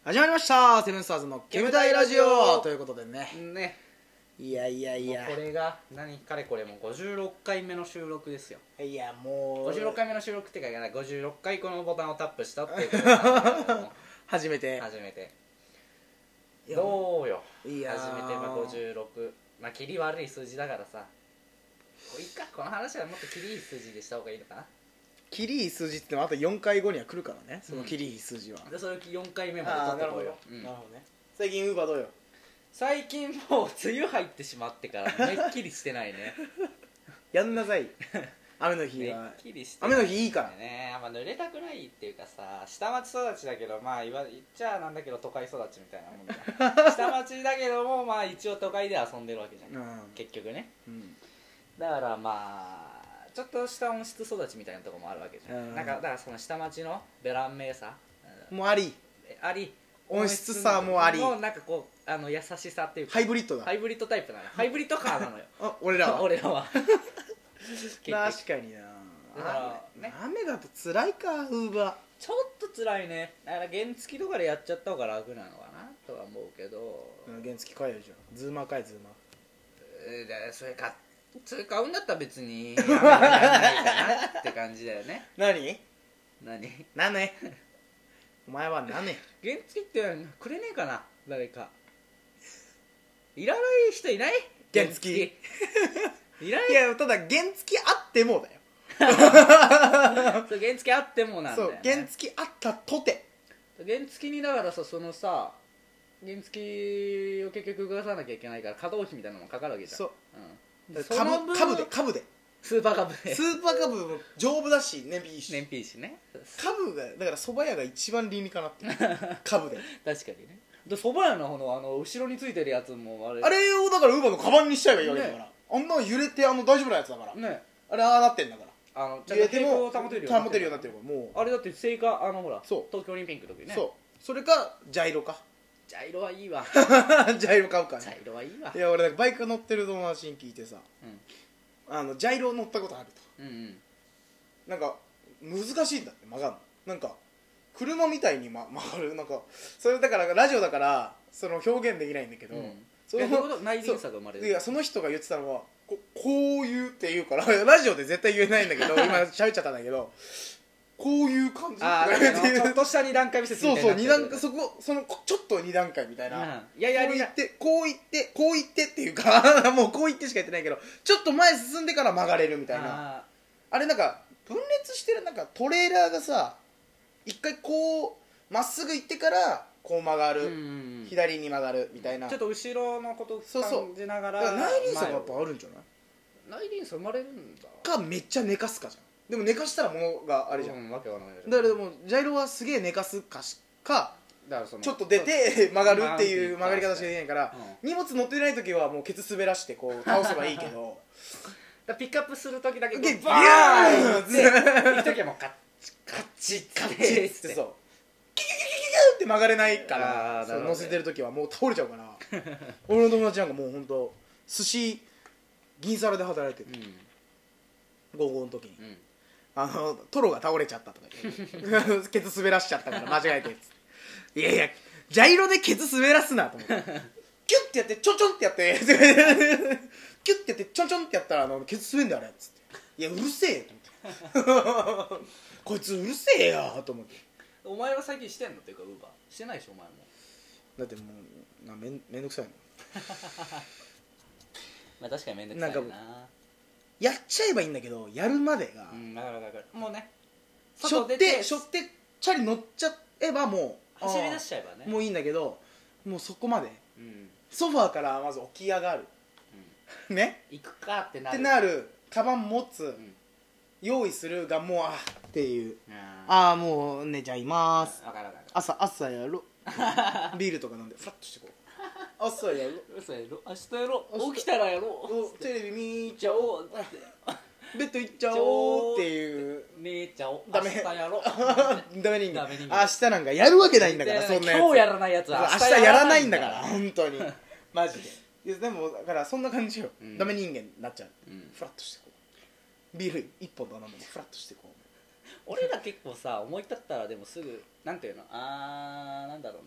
始まりましたセブンスターズの煙たいラジオということでね。いやもうこれがかれこれもう56回目の収録ですよ。 いやもう 56回目の収録っていうか56回このボタンをタップしたっていうことなんだけども初めてどうよ。 いや初めて56、まあ切り悪い数字だからさ、いいか、この話はもっと切りいい数字でした方がいいのかな。 キリいい数字ってのはあと4回後には来るからね、そのキリいい数字は。 でそれ4回目まで取ってこうよ。 なるほどね。最近ウーバーどうよ。 最近もう梅雨入ってしまってからめっきりしてないねやんなさい雨の日めっはきりしてない雨の日いいからね。あんま濡れたくないっていうかさ、下町育ちだけど、まあ言っちゃなんだけど都会育ちみたいなもんだ下町だけどもまあ一応都会で遊んでるわけじゃん、結局ね、だからまあちょっとした温室育ちみたいなところもあるわけじゃん、だからその下町のベラン名さもうあり温室さもありのなんかこう優しさっていうかハイブリッドだ。 ハイブリッドタイプなの。ハイブリッドカーなのよ俺らは確かにな。 だからね、 雨だと辛いか。ウーバーちょっと辛いね。だから原付とかでやっちゃった方が楽なのかなとは思うけど、 原付買えるじゃん。ズーマー買え。ズーマーそれ買うんだったら別にやめないかなって感じだよね何お前は何原付ってくれねえかな、誰か。いらない人いない？ 原付いらない。 いや、ただ原付あってもだよそう原付あってもなんだよ、ね、 そう原付あったとて原付にだからさ、そのさ原付を結局動かさなきゃいけないから稼働費みたいなのもかかるわけじゃん。 そう、株でスーパー株でスーパー株も丈夫だし燃費いいしね。 株がだから蕎麦屋が一番理にかなってる株で確かにね。で蕎麦屋の後ろについてるやつもあれをだからウーバーのカバンにしちゃえばいいわけだから、ね、あんな揺れて大丈夫なやつだからね。あれああなってんだから揺れても保てるようになってるからもうあれだって正解ほらそう東京オリンピックの時ね。 それかジャイロか。 ジャイロはいいわジャイロ買うかね。 ジャイロはいいわ。 いや俺なんかバイク乗ってる友達に聞いてさ、ジャイロ乗ったことあると、なんか難しいんだって曲がるの。なんか車みたいに、曲がる。なんかそれだからラジオだからその表現できないんだけど、 その内輪差が生まれる。 いやその人が言ってたのはこういうって言うからラジオで絶対言えないんだけど今喋っちゃったんだけどこういう感じ。 ちょっとした2段階見せてみたいな。 そう2段階、そのちょっと2段階みたいな、こう言ってっていうかもうこう言ってしか言ってないけどちょっと前進んでから曲がれるみたいな。あれなんか分裂してるなんかトレーラーがさ一回こうまっすぐ行ってからこう曲がる、左に曲がるみたいな。 ちょっと後ろのことを感じながら内輪差がやっぱあるんじゃない？ 内輪差生まれるんだかめっちゃ寝かすかじゃん。でも寝かしたらものがあれじゃん、 わけはない。 だからでもジャイロはすげえ寝かすかだからちょっと出て曲がるっていう曲がり方しかできないから、荷物乗ってない時はもうケツ滑らしてこう倒せばいいけどピックアップする時だけバーンって行く時はもうカッチッってそうキキキキキキって曲がれないから乗せてる時はもう倒れちゃうから俺の友達なんかもうほんと寿司銀皿で働いてる、午後の時に、トロが倒れちゃったとか言ってケツ滑らしちゃったから間違えてっつっていやいやジャイロでケツ滑らすなと思ってキュッてやってちょんちょんってやってキュッてやってちょんちょんってやったらケツ滑んだよあれっつっていやうるせえと思ってこいつうるせえよと思って。 お前は最近してんのっていうかウーバーしてないでしょお前も。 だってもうめんどくさいのまあ確かにめんどくさいな。 やっちゃえばいいんだけどやるまでが、 だからもうねしょってチャリ乗っちゃえばもう走り出しちゃえばねもういいんだけどもうそこまで、ソファーからまず起き上がる、ね行くかってなるカバン持つ、用意するがもうっていうもう寝ちゃいます。朝やろビールとか飲んでフラッとしてこう朝やろ明日やろ起きたらやろテレビ見ちゃおうベッド行っちゃおうっていう寝ちゃおうダメ明日やろダメ人間明日なんかやるわけないんだからそんなやつ今日やらないやつは明日やらないんだから本当にマジで。いやでもだからそんな感じよ、ダメ人間になっちゃう、フラッとしてこうビール1本頼んでもフラッとしてこう俺ら結構さ思い立ったらでもすぐなんていうのなんだろう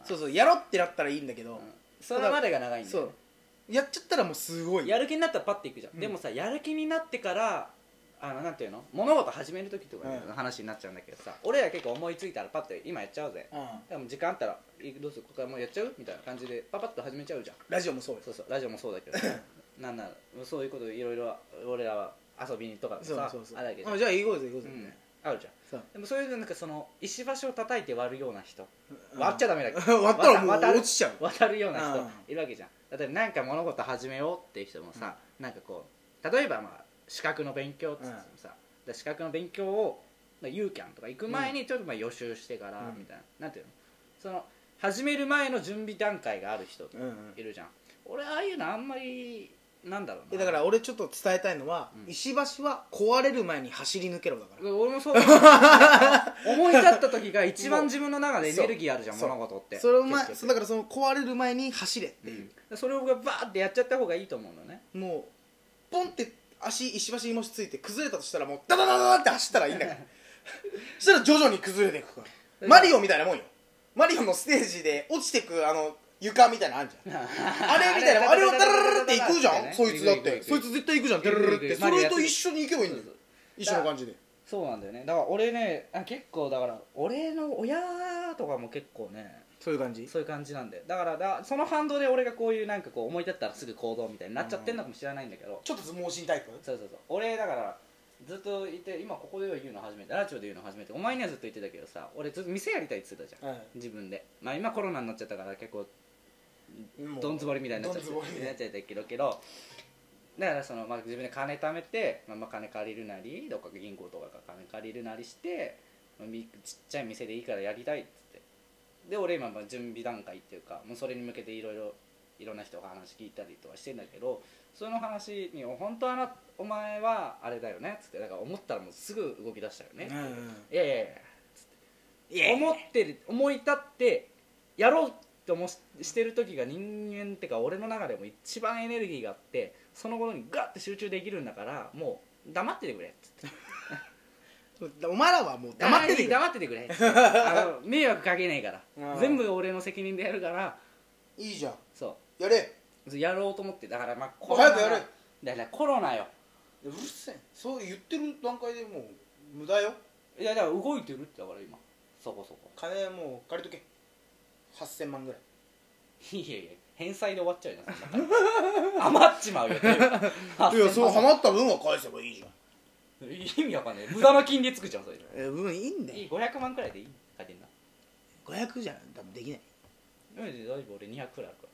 な。 そうそう、やろってなったらいいんだけど、 それまでが長いんだよね。 やっちゃったらもうすごいやる気になったらパッていくじゃん、でもさ、やる気になってからなんていうの、物事始める時とかの話になっちゃうんだけどさ、俺ら結構思いついたらパッて今やっちゃうぜ、でも時間あったらどうする、ここからもうやっちゃうみたいな感じでパパッと始めちゃうじゃん。 ラジオもそうよ。 そうそう、ラジオもそうだけどなんならそういうこといろいろ俺らは遊びにとかでさ、あれだけど、 じゃあ行こうぜ行こうぜ、 あるじゃん。でもそういうなんかその石橋を叩いて割るような人、割っちゃダメだけど割ったらもう落ちちゃう、 渡るような人いるわけじゃん。例えば何か物事始めようっていう人もさ、なんかこう例えばまあ資格の勉強って言ってもさ、資格の勉強をユーキャンとか行く前にちょっとまあ予習してからみたいな、なんていうの、その始める前の準備段階がある人いるじゃん。俺ああいうのあんまりなんだろうな。 だから俺ちょっと伝えたいのは、石橋は壊れる前に走り抜けろだから。 俺もそう思い立った時が一番自分の中でエネルギーあるじゃん、物事って。 それをだからその壊れる前に走れっていう、それをバーってやっちゃった方がいいと思うのね。 もうポンって石橋にもしついて崩れたとしたらもうダダダダって走ったらいいんだからそしたら徐々に崩れていくからマリオみたいなもんよ。マリオのステージで落ちてく床みたいなのあるじゃんあれみたいな、あれをダラララって行くじゃん、そいつだってそいつ絶対行くじゃん、ダラララって、それと一緒に行けばいいんだよ、一緒の感じで。 そうなんだよね。だから俺ね、結構だから俺の親とかも結構ねそういう感じなんで、だからその反動で俺がこういうなんかこう思い立ったらすぐ行動みたいになっちゃってんのかもしれないんだけど、 ちょっと相撲心タイプ。 そう俺だからずっといて、今ここでは言うの初めて、ラジオで言うの初めて、お前にはずっと言ってたけどさ、俺ずっと店やりたいって言ってたじゃん、自分で。まあ今コロナになっちゃったから結構どんずぼりみたいになっちゃったけど、だからその、まあ、自分で金貯めて、まあ、金借りるなりどっか銀行とかから金借りるなりして、ちっちゃい店でいいからやりたいっつって、で俺今準備段階っていうか、もうそれに向けていろんな人が話聞いたりとかしてんだけど、その話に本当はお前はあれだよねっつって、だから思ったらもうすぐ動き出したよね、いやいやいやつって思い立ってやろうってしてる時が人間ってか俺の中でも一番エネルギーがあって、そのことにガッて集中できるんだから、もう黙っててくれっつってお前らはもう黙っててくれ迷惑かけないから全部俺の責任でやるから。 いいじゃん、 そうやれ、 やろうと思って。だからまあコロナ早くやれ、 だからコロナよ、 うるせえ、そう言ってる段階でもう無駄よ。 いやだから動いてるってだから今そこそこ金もう借りとけ、8000万ぐらい。 いやいや返済で終わっちゃうよな、そんな余っちまうよいや、そうハマった分は返せばいいじゃん。 意味わかんない、無駄な金利つくじゃんそれ。 分いいんだよ、 500万くらいでいい書いてんな。 500じゃ多分できない。 大丈夫、俺200くらいあるから、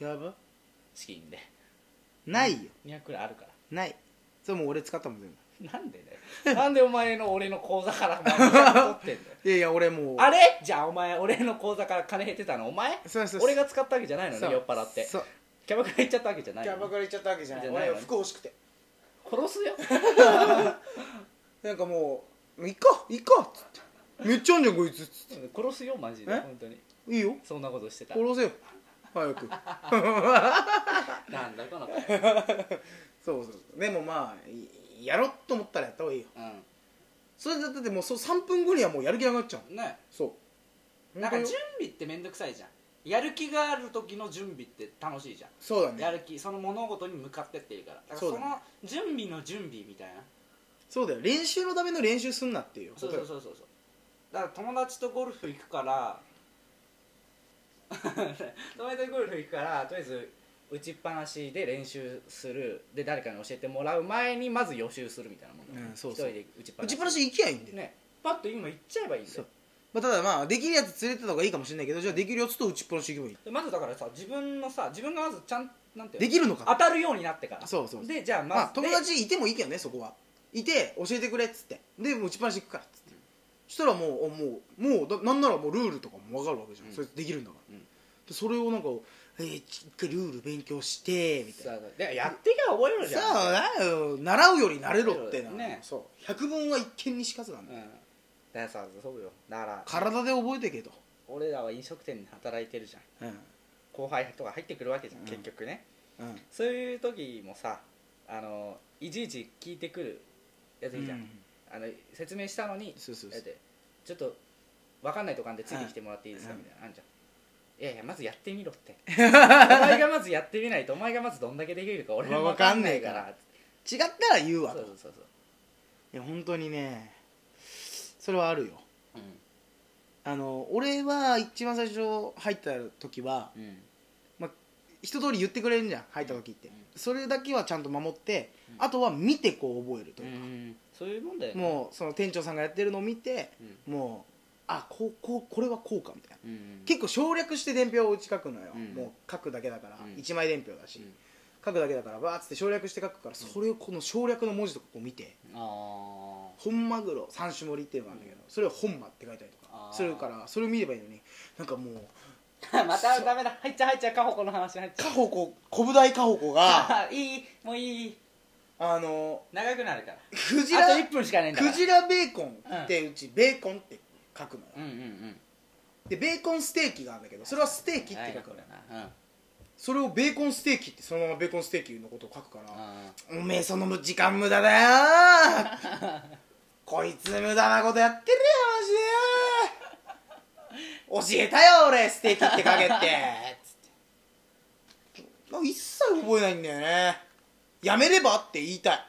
やば資金でないよ、 200くらいあるから。 ない、それもう俺使ったもん全部。なんでだよなんでお前の俺の口座から取ってんだよいやいや俺もうあれじゃあお前俺の口座から金減ってたのお前？俺が使ったわけじゃないのね、酔っ払ってキャバクラ行っちゃったわけじゃないの。 キャバクラ行っちゃったわけじゃない。俺服欲しくて殺すよなんかもういっかっつってめっちゃあんじゃんこいつっつって殺すよマジで、本当にいいよ、 そんなことしてた殺せよ早くなんだこのそうでもまあやろうと思ったらやった方がいいよ、それだってもう3分後にはもうやる気なくなっちゃうね。 そうなんか準備ってめんどくさいじゃん。やる気がある時の準備って楽しいじゃん。 そうだね、 やる気、その物事に向かってっていうから、だからその準備の準備みたいな。 そうだよ、練習のための練習すんなっていう。 そうだから友達とゴルフ行くから友達とゴルフ行くからとりあえず打ちっぱなしで練習するで、誰かに教えてもらう前にまず予習するみたいなもんだ、一人で打ちっぱなし行きゃいいんだよね。パッと今行っちゃえばいいんだよ。 ただまあできるやつ連れてた方がいいかもしれないけど、じゃあできるやつと打ちっぱなし行けばいい。 まずだからさ、自分がまずちゃんなんていうのできるのか当たるようになってから。 そうでじゃあまあ友達いてもいいけどね、そこはいて教えてくれっつって、でもう打ちっぱなし行くからっつって、そしたらもうなんならもうルールとかも分かるわけじゃん、それできるんだから、でそれをなんか一回ルール勉強してみたいな、 でやってきゃ覚えるじゃん。 さあだよ、習うより慣れろってな、そう百聞は一見にしかずなんだよ、 だからさ、そうよ、だから体で覚えてけと。 俺らは飲食店で働いてるじゃん、後輩とか入ってくるわけじゃん、結局ね、そういう時もさ、いちいち聞いてくるやついいじゃん、説明したのにちょっと分かんないとこあんでついてきてもらっていいですかみたいなあんじゃん。 いやいやまずやってみろってお前がまずやってみないとお前がまずどんだけできるか俺も分かんないから違ったら言うわと。 そうそうそうそういや本当にねそれはあるよ。 うん、 俺は一番最初入った時は、 うん、 まあ、一通り言ってくれるんじゃん入った時って、 うん、 それだけはちゃんと守って、 うん、 あとは見てこう覚えるというか、 そういうもんだよね。 もうその店長さんがやってるのを見て、もうこれはこうかみたいな、結構省略して伝票を打ち書くのよ、もう書くだけだから、1枚伝票だし、書くだけだからバーッつって省略して書くから、それをこの省略の文字とかこう見て、本マグロ三種盛りっていうのがあるんだけど、それを本マって書いたりとかするから、それを見ればいいのに、なんかもうまたダメだ、入っちゃうカホコの話入っちゃう。 カホコ、コブダイカホコがいいもういい、長くなるから。 クジラ、 あと1分しかねえんだから。 クジラベーコンってうちベーコンって書くのよ、でベーコンステーキがあるんだけど、それはステーキって書くのよ、それをベーコンステーキってそのままベーコンステーキのことを書くから、おめえその時間無駄だよこいつ無駄なことやってるよマジで教えたよ俺ステーキって書けってつって一切覚えないんだよね。やめればって言いたい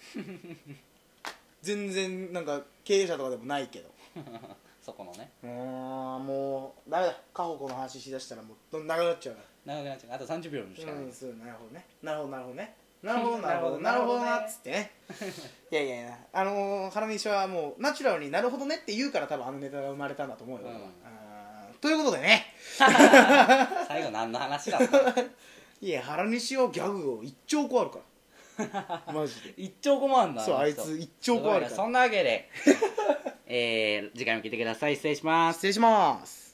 全然なんか経営者とかでもないけどそこのね、 もうダメだ、カホコの話しだしたらもう長くなっちゃうから、 長くなっちゃう、あと30秒しかない、 なるほどね、なるほどなるほどね、なるほどなるほどなるほどなっつってねいやいや原西はもうナチュラルになるほどねって言うから多分あのネタが生まれたんだと思うよ、ということでね最後何の話だったいや原西はギャグを1兆個あるからマジで 1兆個もあんだ。 そうあいつ1兆個あるから。 そんなわけで次回も聞いてください。失礼します。 失礼します。